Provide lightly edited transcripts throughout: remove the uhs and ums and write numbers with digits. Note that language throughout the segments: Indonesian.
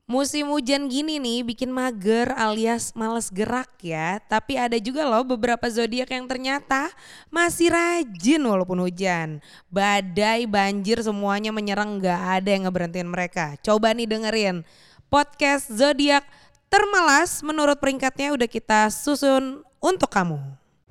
Musim hujan gini nih bikin mager alias males gerak ya. Tapi ada juga loh beberapa zodiak yang ternyata masih rajin walaupun hujan. Badai, banjir semuanya menyerang, gak ada yang ngeberhentiin mereka. Coba nih dengerin podcast zodiak termalas menurut peringkatnya udah kita susun untuk kamu.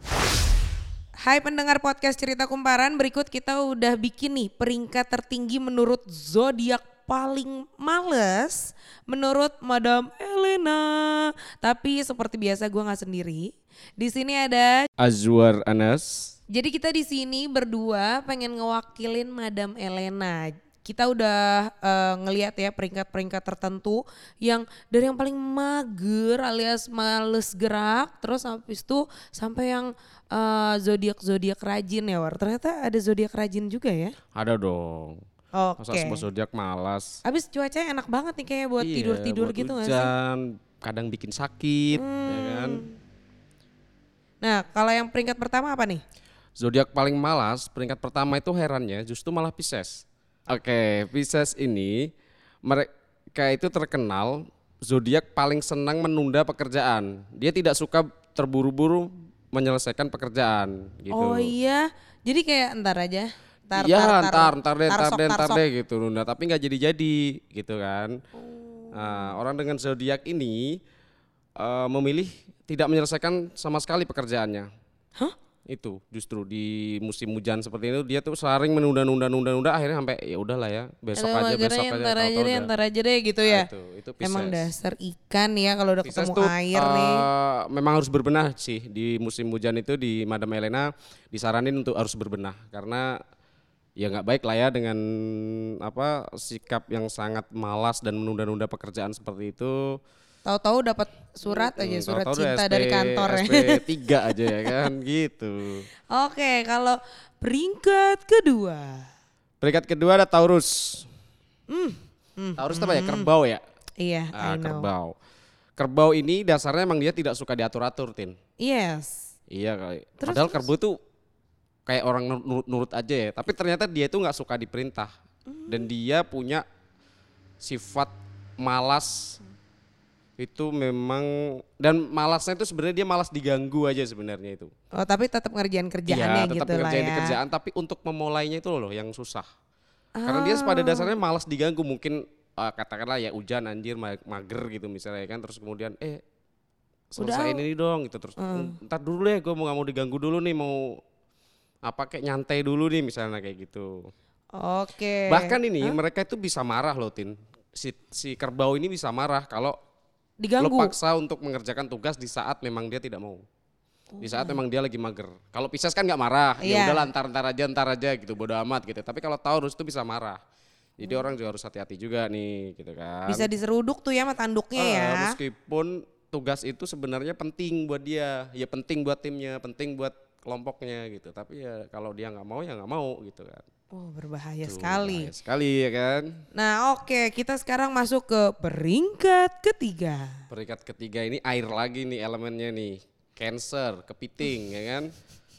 Hai pendengar podcast Cerita Kumparan, berikut kita udah bikin nih peringkat tertinggi menurut zodiak paling males menurut Madam Elena. Tapi seperti biasa gue nggak sendiri. Di sini ada Azwar Anas. Jadi kita di sini berdua pengen ngewakilin Madam Elena. Kita udah ngelihat ya peringkat-peringkat tertentu yang dari yang paling mager alias males gerak, terus habis itu sampai yang zodiak-zodiak rajin ya War. Ternyata ada zodiak rajin juga ya. Ada dong. Masa Oke. semua zodiak malas. Abis cuacanya enak banget nih kayak buat Iya, tidur-tidur buat gitu gak sih? hujan, kadang bikin sakit, ya kan. Nah kalau yang peringkat pertama apa nih? Zodiak paling malas, peringkat pertama itu herannya justru malah Pisces. Oke, Pisces ini mereka itu terkenal zodiak paling senang menunda pekerjaan. Dia tidak suka terburu-buru menyelesaikan pekerjaan gitu. Oh iya, jadi kayak ntar aja. Iya, ntar tarsok. deh gitu nunda, tapi nggak jadi gitu kan. Nah, orang dengan zodiak ini memilih tidak menyelesaikan sama sekali pekerjaannya. Hah? Itu justru di musim hujan seperti itu dia tuh sering menunda akhirnya sampai ya udahlah ya besok Aduh, aja magernya tahu-tahu ntar udah. aja deh gitu ya. Itu Pisces. Emang dasar ikan ya kalau udah Pisces ketemu tuh air nih. memang harus berbenah sih di musim hujan itu. Di Madam Elena disaranin untuk harus berbenah karena ya nggak baik lah ya dengan sikap yang sangat malas dan menunda-nunda pekerjaan seperti itu. Tahu-tahu dapat surat aja, surat Tahu-tahu cinta udah dari kantor ya. SP3 aja ya kan gitu. Oke, kalau peringkat kedua. Peringkat kedua ada Taurus. Taurus apa ya? Kerbau ya? Iya, I know. Kerbau. Kerbau ini dasarnya emang dia tidak suka diatur-atur, Tin. Yes. Iya kali. Terus, Padahal kerbau tuh kayak orang nurut aja ya. Tapi ternyata dia tuh nggak suka diperintah. Dan dia punya sifat malas. Itu memang, dan malasnya itu sebenarnya dia malas diganggu aja sebenarnya itu. Oh tapi tetap ngerjain kerjaannya Iya, gitu tetap lah ngerjain ya. di kerjaan, tapi untuk memulainya itu loh yang susah. Karena dia pada dasarnya malas diganggu, mungkin katakanlah ya hujan anjir mager gitu misalnya kan, terus kemudian selesaiin ini dong gitu, terus ntar dulu deh gue nggak mau diganggu dulu nih, mau kayak nyantai dulu nih misalnya kayak gitu. Oke. Bahkan ini mereka itu bisa marah loh, Tin. Si kerbau ini bisa marah kalau Diganggu. lo paksa untuk mengerjakan tugas di saat memang dia tidak mau. Di saat memang dia lagi mager. Kalau Pisces kan nggak marah, ya Iya. udahlah ntar aja gitu, bodo amat gitu. Tapi kalau Taurus itu bisa marah. Jadi orang juga harus hati-hati juga nih, gitu kan. Bisa diseruduk tuh ya sama tanduknya ya. Meskipun tugas itu sebenarnya penting buat dia, ya penting buat timnya, penting buat kelompoknya gitu. Tapi ya kalau dia nggak mau ya nggak mau gitu kan. Oh berbahaya Tuh, sekali. bahaya sekali ya kan. Nah oke, kita sekarang masuk ke peringkat ketiga. Peringkat ketiga ini air lagi nih elemennya nih. Cancer, kepiting ya kan.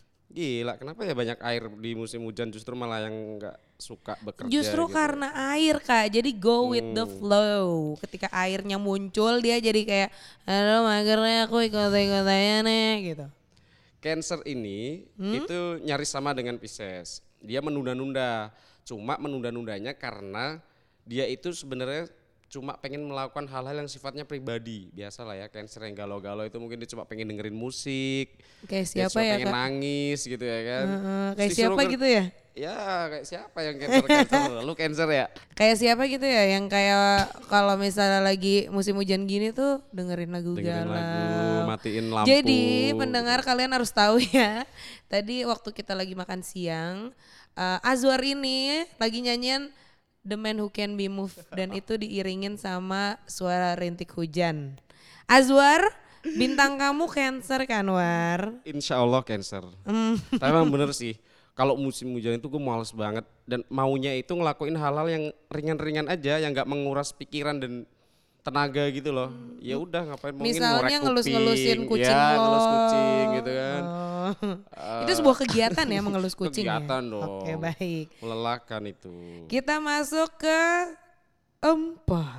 Gila, kenapa ya banyak air di musim hujan justru malah yang nggak suka bekerja. Justru gitu. karena air Kak, jadi go with the flow. Ketika airnya muncul dia jadi kayak, aduh magernya aku ikut-ikut aja nih gitu. Cancer ini itu nyaris sama dengan Pisces. Dia menunda-nunda, cuma menunda-nundanya karena dia itu sebenarnya cuma pengen melakukan hal-hal yang sifatnya pribadi. Biasalah ya Cancer yang galau-galau itu mungkin dia cuma pengen dengerin musik. Kayak Dia siapa cuma ya pengen Kak? nangis gitu ya kan. Kayak siapa gitu ya? Ya kayak siapa yang Cancer? Lu Cancer ya? Kayak siapa gitu ya yang kayak kalau misalnya lagi musim hujan gini tuh dengerin lagu Dengerin lagu, galau. matiin lampu. Jadi pendengar kalian harus tahu ya. Tadi waktu kita lagi makan siang, Azwar ini lagi nyanyian The Man Who Can Be Moved dan itu diiringin sama suara rintik hujan. Azwar, bintang kamu Cancer kan War? Insya Allah Cancer. Tapi emang bener sih. Kalau musim hujan itu gue males banget dan maunya itu ngelakuin hal-hal yang ringan-ringan aja yang nggak menguras pikiran dan tenaga gitu loh. Ya udah ngapain mungkin Misalnya ngorek ngelus-ngelusin kuping, kucing ya, lo. ngelus kucing gitu kan. Oh. Itu sebuah kegiatan ya mengelus kucing Kegiatan ya? dong. Oke baik. Melelahkan itu. Kita masuk ke 4.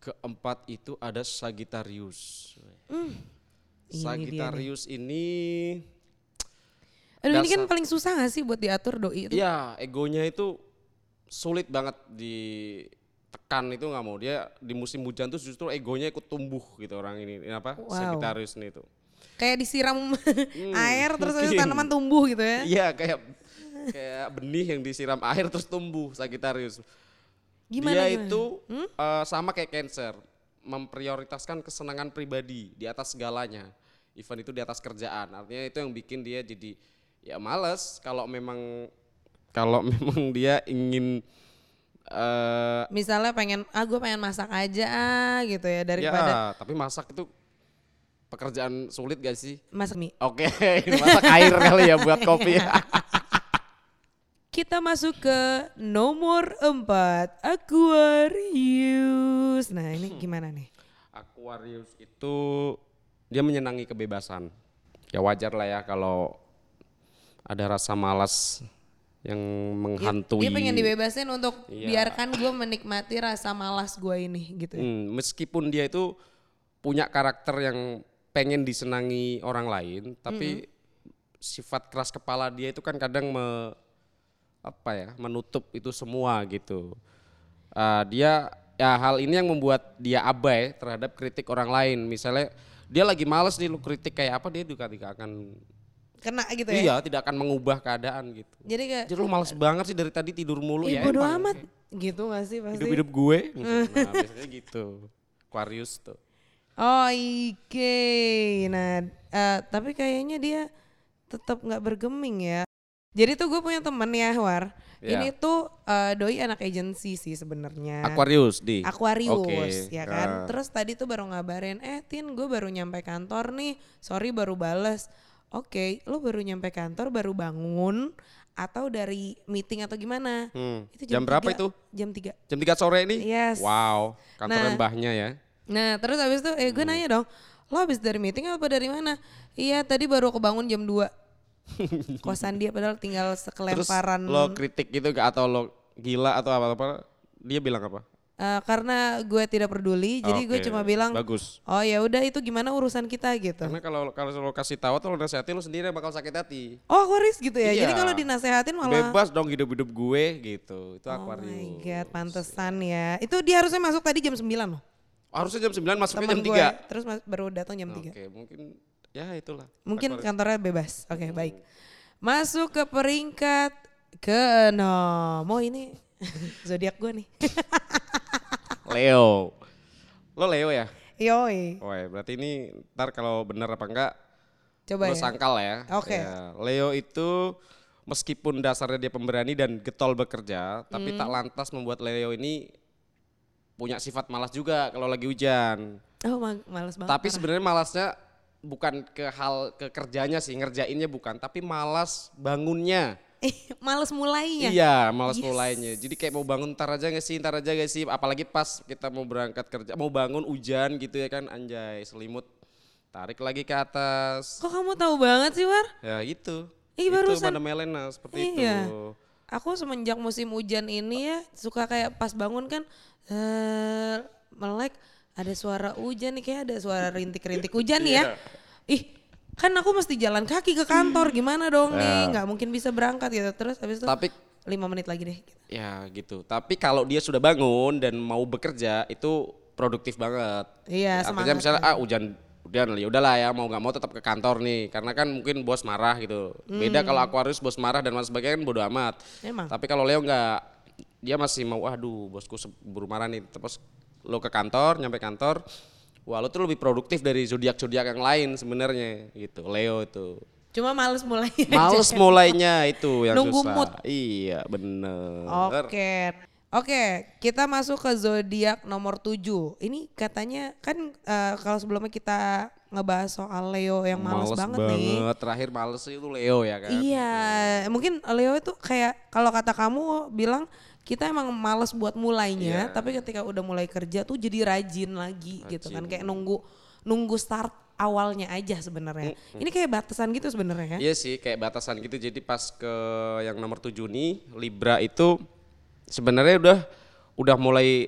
Keempat itu ada Sagittarius. Ini Sagittarius ini aduh, ini kan paling susah gak sih buat diatur doi itu? ya egonya itu sulit banget ditekan, itu nggak mau. Dia di musim hujan tuh justru egonya ikut tumbuh gitu orang ini. Apa? Wow. Sagittarius ini tuh. Kayak disiram air terus habis itu tanaman tumbuh gitu ya? Iya, kayak benih yang disiram air terus tumbuh Sagittarius. Gimana? Dia itu sama kayak Cancer, memprioritaskan kesenangan pribadi di atas segalanya. Even itu di atas kerjaan. Artinya itu yang bikin dia jadi ya males kalau memang dia ingin misalnya gue pengen masak aja gitu ya daripada ya, tapi masak itu pekerjaan sulit gak sih? masak mie. Oke, masak air kali ya buat kopi. Kita masuk ke nomor 4, Aquarius. Nah ini gimana nih? Aquarius itu dia menyenangi kebebasan. Ya wajar lah ya kalau ada rasa malas yang menghantui. Dia pengen dibebasin untuk biarkan gue menikmati rasa malas gue ini gitu ya. Meskipun dia itu punya karakter yang pengen disenangi orang lain, tapi sifat keras kepala dia itu kan kadang menutup itu semua gitu. Dia ya hal ini yang membuat dia abai terhadap kritik orang lain. Misalnya dia lagi males nih lu kritik kayak apa, dia juga tidak akan kena gitu ya. Iya, tidak akan mengubah keadaan gitu. Jadi lu males banget sih dari tadi tidur mulu ya. bodo amat gitu gak sih pasti. Hidup gue. Nah, biasanya gitu. Aquarius tuh. Oh nah tapi kayaknya dia tetap nggak bergeming ya. Jadi tuh gue punya temen ya War, ini tuh doi anak agensi sih sebenarnya. Aquarius ya kan. Terus tadi tuh baru ngabarin, Tin gue baru nyampe kantor nih, sorry baru bales. Oke, lo baru nyampe kantor, baru bangun atau dari meeting atau gimana? Itu jam berapa itu? Jam 3. Jam 3 sore ini? Yes. Wow, kantor mbahnya ya. Nah terus habis itu gue nanya dong, lo habis dari meeting apa dari mana? Iya tadi baru kebangun jam 2. Kosan dia padahal tinggal sekelemparan. Terus lo kritik gitu gak, atau lo gila atau apa-apa? Dia bilang apa? Karena gue tidak peduli, jadi gue cuma bilang, bagus. Oh ya udah itu gimana urusan kita gitu. Karena kalau lo kasih tahu atau lo nasihatin, lo sendiri bakal sakit hati. Oh Aquarius gitu ya. Iya. Jadi kalau dinasehatin malah bebas dong hidup gue gitu. Itu Aquarius. Oh my god, pantesan ya. Itu dia harusnya masuk tadi jam 9 loh. Harusnya jam 9, masuknya jam 3. Gue, terus baru datang jam 3. Oke, mungkin ya itulah. Mungkin kantornya bebas. Oke, baik. Masuk ke peringkat ke-6. Oh ini zodiak gue nih. Leo. Lo Leo ya? Yoi. Oh ya, berarti ini ntar kalau benar apa enggak coba lo ya. sangkal ya. Oke. Ya, Leo itu meskipun dasarnya dia pemberani dan getol bekerja, tapi tak lantas membuat Leo ini punya sifat malas juga kalau lagi hujan. Oh malas banget. Tapi sebenarnya malasnya bukan ke kerjanya sih, ngerjainnya bukan, tapi malas bangunnya. Males mulainya. Iya, malas mulainya. Jadi kayak mau bangun ntar aja gak sih, apalagi pas kita mau berangkat kerja, mau bangun hujan gitu ya kan, anjay selimut tarik lagi ke atas. Kok kamu tahu banget sih War? Ya itu. Barusan. Itu pada Melena seperti itu. Aku semenjak musim hujan ini ya suka kayak pas bangun kan melek ada suara hujan nih, kayak ada suara rintik-rintik hujan nih ya. Kan aku mesti jalan kaki ke kantor, gimana dong nih, nggak mungkin bisa berangkat gitu. Terus habis itu 5 menit lagi deh. Gitu. Ya gitu, tapi kalau dia sudah bangun dan mau bekerja itu produktif banget. Iya, artinya misalnya hujan ya udahlah ya, mau nggak mau tetap ke kantor nih, karena kan mungkin bos marah gitu. Beda kalau Aquarius bos marah dan sebagainya kan bodo amat. Emang. Tapi kalau Leo nggak, dia masih mau, aduh bosku buru marah nih, terus lo ke kantor, nyampe kantor, wah lo tuh lebih produktif dari zodiak-zodiak yang lain sebenarnya gitu. Leo itu cuma males mulainya. Males mulainya itu yang nunggu susah. Mood. Iya bener. Oke, kita masuk ke zodiak nomor 7. Ini katanya kan kalau sebelumnya kita ngebahas soal Leo yang males banget nih. Terakhir males itu Leo ya kan. Iya, mungkin Leo itu kayak kalau kata kamu bilang kita emang males buat mulainya, tapi ketika udah mulai kerja tuh jadi rajin lagi gitu kan, kayak nunggu start awalnya aja sebenarnya. Ini kayak batasan gitu sebenarnya ya. Iya sih, kayak batasan gitu. Jadi pas ke yang nomor 7 nih, Libra itu sebenarnya udah mulai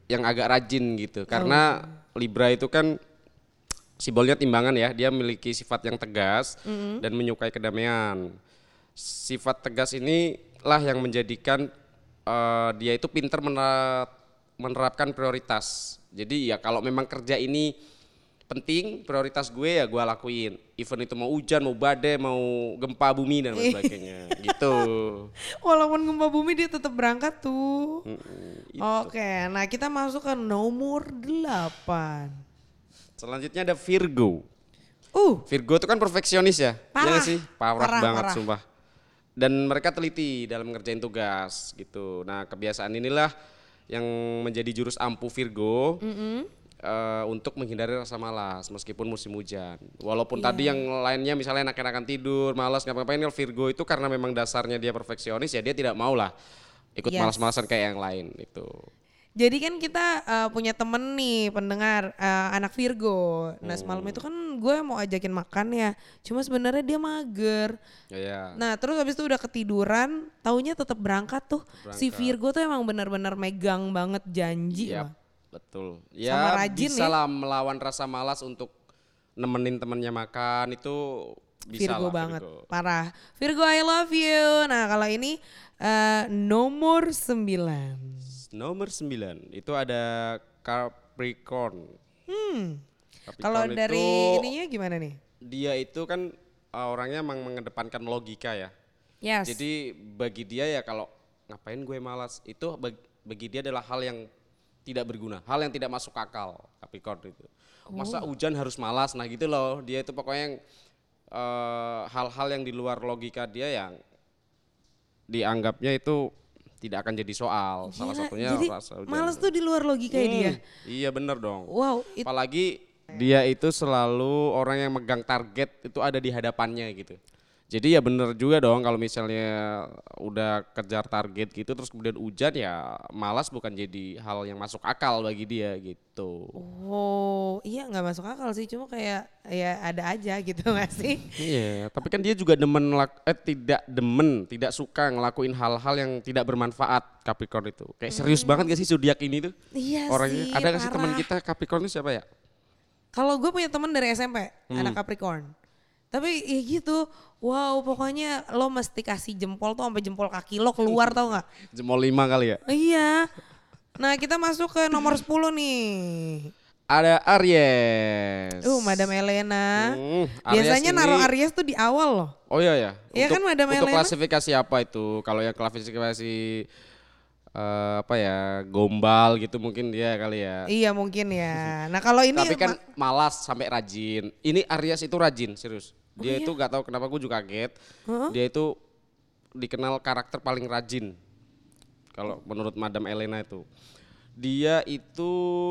yang agak rajin gitu. Karena Libra itu kan simbolnya timbangan ya, dia memiliki sifat yang tegas dan menyukai kedamaian. Sifat tegas inilah yang menjadikan dia itu pintar menerapkan prioritas. Jadi ya kalau memang kerja ini penting, prioritas gue ya gue lakuin. Even itu mau hujan, mau badai, mau gempa bumi dan lain sebagainya gitu. Walaupun gempa bumi dia tetap berangkat tuh. Itu. Oke, nah kita masuk ke nomor 8. Selanjutnya ada Virgo. Virgo itu kan perfeksionis ya. Iya Parah. gak sih? Parah banget Parah. sumpah. Dan mereka teliti dalam ngerjain tugas gitu. Nah kebiasaan inilah yang menjadi jurus ampuh Virgo untuk menghindari rasa malas meskipun musim hujan. Walaupun tadi yang lainnya misalnya enak-enakan tidur, malas ngapa-ngapain, Virgo itu karena memang dasarnya dia perfeksionis ya dia tidak mau lah ikut malas-malasan kayak yang lain itu. Jadi kan kita punya temen nih pendengar anak Virgo. Nah semalam itu kan gue mau ajakin makan ya. Cuma sebenarnya dia mager. Ya. Nah terus habis itu udah ketiduran, taunya tetap berangkat tuh. Si Virgo tuh emang benar-benar megang banget janji. Yap, betul. Sama Ya rajin bisa lah melawan rasa malas untuk nemenin temennya makan itu bisa Virgo lah, banget, Virgo. parah. Virgo I love you. Nah kalau ini nomor 9. Nomor 9 itu ada Capricorn. Capricorn Kalau itu, dari ininya gimana nih? dia itu kan orangnya emang mengedepankan logika ya. Yes. Jadi bagi dia ya kalau ngapain gue malas itu bagi dia adalah hal yang tidak berguna, hal yang tidak masuk akal. Capricorn itu. Masa hujan harus malas, nah gitu loh. Dia itu pokoknya yang hal-hal yang di luar logika dia yang dianggapnya itu tidak akan jadi soal. Salah satunya jadi rasa hujan. males tuh di luar logika dia. Iya bener dong. Wow. Apalagi dia itu selalu orang yang megang target itu ada di hadapannya gitu. Jadi ya bener juga dong kalau misalnya udah kejar target gitu terus kemudian hujan ya malas bukan jadi hal yang masuk akal bagi dia gitu. Oh iya nggak masuk akal sih, cuma kayak ya ada aja gitu gak sih? Iya, tapi kan dia juga tidak suka ngelakuin hal-hal yang tidak bermanfaat Capricorn itu. Kayak serius banget gak sih zodiak ini tuh? Iya Orangnya sih, ada gak sih parah. teman kita Capricorn itu siapa ya? Kalau gue punya teman dari SMP, anak Capricorn. Tapi ya gitu, wow pokoknya lo mesti kasih jempol tuh sampai jempol kaki lo keluar tau gak? Jempol 5 kali ya? Iya. Nah kita masuk ke nomor 10 nih. Ada Aries. Madam Elena. Aries Biasanya ini- naruh Aries tuh di awal loh. Oh iya ya. Iya kan, Madam Untuk Elena? klasifikasi apa itu? Kalau yang klasifikasi apa ya gombal gitu mungkin dia kali ya. Iya mungkin ya. Nah kalau ini Tapi kan malas sampai rajin. Ini Aries itu rajin serius. Dia iya? itu gak tahu kenapa gue juga kaget. Dia itu dikenal karakter paling rajin. Kalau menurut Madam Elena itu. Dia itu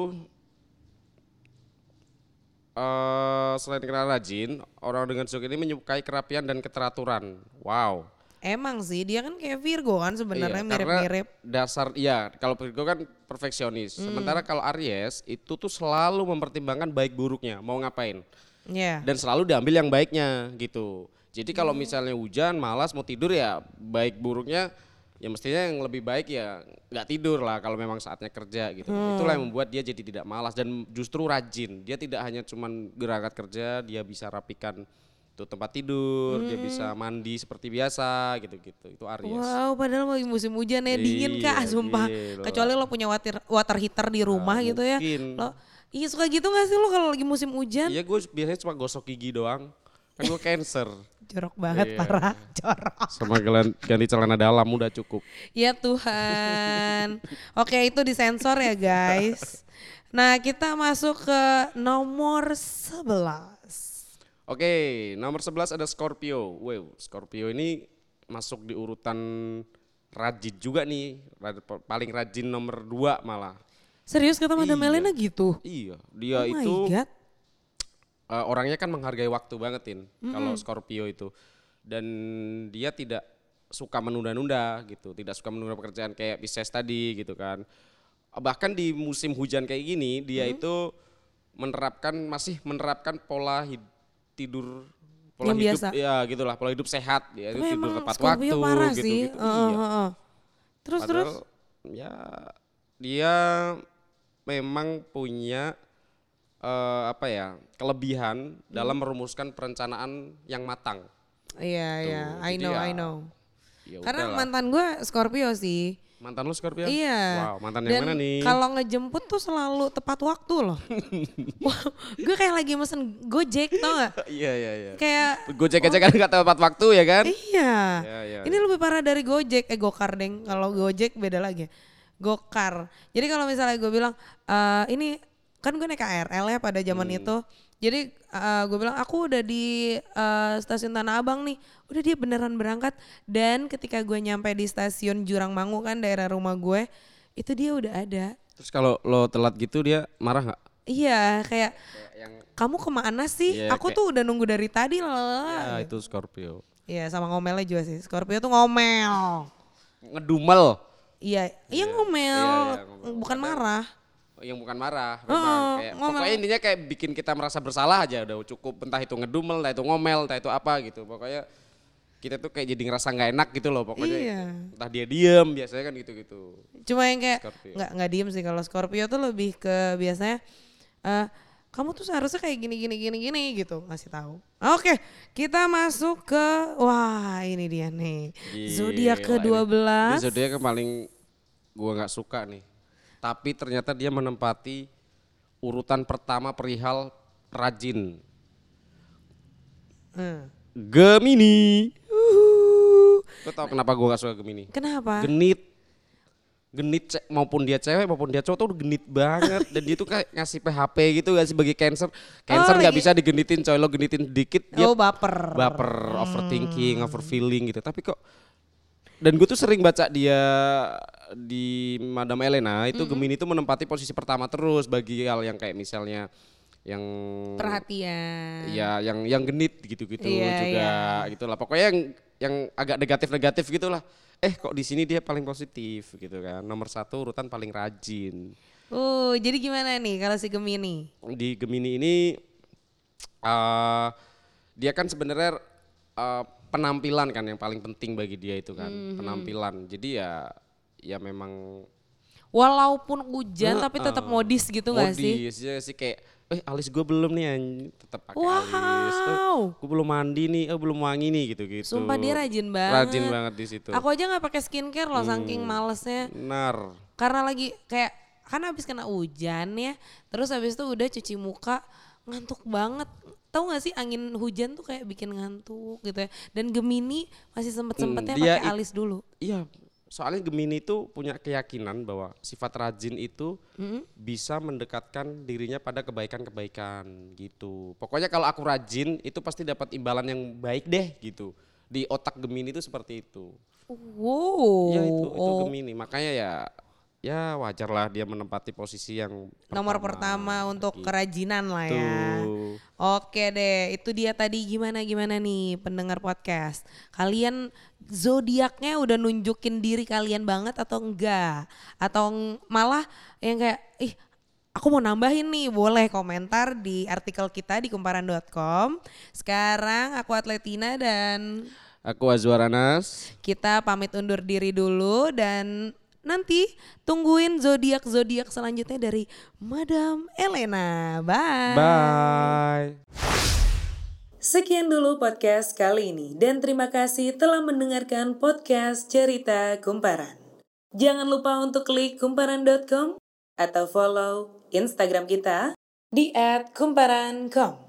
selain dikenal rajin, orang dengan zodiak ini menyukai kerapian dan keteraturan. Wow. emang sih dia kan kayak Virgo kan sebenarnya Iya, mirip-mirip. karena dasar iya kalau Virgo kan perfeksionis. Sementara kalau Aries itu tuh selalu mempertimbangkan baik buruknya mau ngapain Iya. dan selalu diambil yang baiknya gitu. Jadi kalau misalnya hujan malas mau tidur ya baik buruknya ya mestinya yang lebih baik ya nggak tidur lah kalau memang saatnya kerja gitu. Itulah yang membuat dia jadi tidak malas dan justru rajin. Dia tidak hanya cuman berangkat kerja, dia bisa rapikan tuh tempat tidur, dia bisa mandi seperti biasa gitu-gitu. Itu Aries. Wow, padahal lagi musim hujan ya dingin Iya, kak, sumpah. gila. Kecuali lo punya water heater di rumah gitu ya. mungkin. Lo, iya suka gitu gak sih lo kalau lagi musim hujan? Iya gue biasanya cuma gosok gigi doang. Kan gue cancer. Jorok banget Iya. parah, jorok. Sama ganti celana dalam udah cukup. Ya Tuhan. Oke itu disensor ya guys. Nah kita masuk ke nomor 11. Oke, nomor 11 ada Scorpio. Wow, Scorpio ini masuk di urutan rajin juga nih. Paling rajin nomor 2 malah. Serius kata Madam Iya. Elena gitu? Iya, dia Oh my itu God. orangnya kan menghargai waktu banget kalau Scorpio itu. Dan dia tidak suka menunda-nunda gitu, tidak suka menunda pekerjaan kayak Pisces tadi gitu kan. Bahkan di musim hujan kayak gini dia itu masih menerapkan pola tidur pola Yang hidup biasa. ya gitulah, pola hidup sehat ya, Tapi tidur emang tepat Scorpio waktu parah gitu sih. gitu. Iya. Terus Padahal, ya dia memang punya kelebihan dalam merumuskan perencanaan yang matang. Iya, I Jadi know. Ya Karena udahlah. mantan gue Scorpio sih. Mantan lu Scorpio? Iya. Wow, mantan Dan yang mana nih? kalau ngejemput tuh selalu tepat waktu loh. Wah, gue kayak lagi mesen Gojek tau gak? Iya. Kayak Gojek aja kan nggak tepat waktu ya kan? iya. Iya. Ini lebih parah dari Gojek. Gokar deng. Kalau Gojek beda lagi. Gokar. Jadi kalau misalnya gue bilang ini kan gue naik KRL ya pada zaman itu. Jadi gue bilang aku udah di stasiun Tanah Abang nih. Udah dia beneran berangkat. Dan ketika gue nyampe di stasiun Jurangmangu kan daerah rumah gue. Itu dia udah ada. Terus kalau lo telat gitu dia marah nggak? Iya kayak Yang kamu kemana sih? Iya, Aku tuh udah nunggu dari tadi ya lah. itu Scorpio. Iya sama ngomelnya juga sih. Scorpio tuh ngomel. Ngedumel. Iya ngomel. ngomel. Bukan marah. Yang bukan marah, memang kayak ngomel. pokoknya intinya kayak bikin kita merasa bersalah aja udah cukup, entah itu ngedumel, entah itu ngomel, entah itu apa gitu. Pokoknya kita tuh kayak jadi ngerasa nggak enak gitu loh pokoknya. Iya. Entah dia diem, biasanya kan gitu-gitu. Cuma yang kayak Scorpio. nggak diem sih kalau Scorpio tuh lebih ke biasanya kamu tuh seharusnya kayak gini gitu ngasih tahu. Oke, kita masuk ke wah ini dia nih. Zodiak Gila, ke-12. Ini zodiak yang paling gua nggak suka nih. Tapi ternyata dia menempati urutan pertama perihal rajin. Gemini. Lo tau kenapa gua gak suka Gemini? Kenapa? Genit maupun dia cewek maupun dia cowok tuh udah genit banget. Dan dia tuh kayak ngasih PHP gitu gak sih bagi Cancer. Cancer gak bisa digenitin coy, lo genitin dikit dia baper. overthinking, overfeeling gitu. Tapi kok, dan gue tuh sering baca dia di Madam Elena itu Gemini tuh menempati posisi pertama terus bagi hal yang kayak misalnya yang Perhatian. ya yang genit gitu-gitu Iya, juga gitulah. Pokoknya yang agak negatif gitulah. Kok di sini dia paling positif gitu kan. Nomor 1 urutan paling rajin. Jadi gimana nih kalau si Gemini? Di Gemini ini dia kan sebenarnya penampilan kan yang paling penting bagi dia itu kan, penampilan. Jadi ya memang Walaupun hujan tapi tetap modis gitu gak sih? modis ya sih, kayak alis gue belum nih tetap pakai alis. Wow. Gue belum mandi nih, belum wangi nih gitu-gitu. Sumpah dia rajin banget. Rajin banget di situ. Aku aja nggak pakai skincare loh saking malesnya. Benar. Karena lagi kayak kan habis kena hujan ya. Terus habis itu udah cuci muka ngantuk banget. Tahu gak sih angin hujan tuh kayak bikin ngantuk gitu ya. Dan Gemini masih sempet-sempetnya dia pakai alis dulu. Iya, soalnya Gemini itu punya keyakinan bahwa sifat rajin itu bisa mendekatkan dirinya pada kebaikan-kebaikan gitu. Pokoknya kalau aku rajin itu pasti dapat imbalan yang baik deh gitu. Di otak Gemini itu seperti itu. Wow. Ya itu Gemini. Makanya ya wajarlah dia menempati posisi yang Nomor pertama untuk gitu. kerajinan lah ya. Oke deh, itu dia tadi gimana nih pendengar podcast. Kalian zodiaknya udah nunjukin diri kalian banget atau enggak? Atau malah yang kayak aku mau nambahin nih, boleh komentar di artikel kita di kumparan.com. Sekarang aku Atletina dan Aku Azwaranas. kita pamit undur diri dulu dan nanti tungguin zodiak-zodiak selanjutnya dari Madam Elena. Bye. Bye. Sekian dulu podcast kali ini dan terima kasih telah mendengarkan podcast Cerita Kumparan. Jangan lupa untuk klik kumparan.com atau follow Instagram kita di @kumparan.com.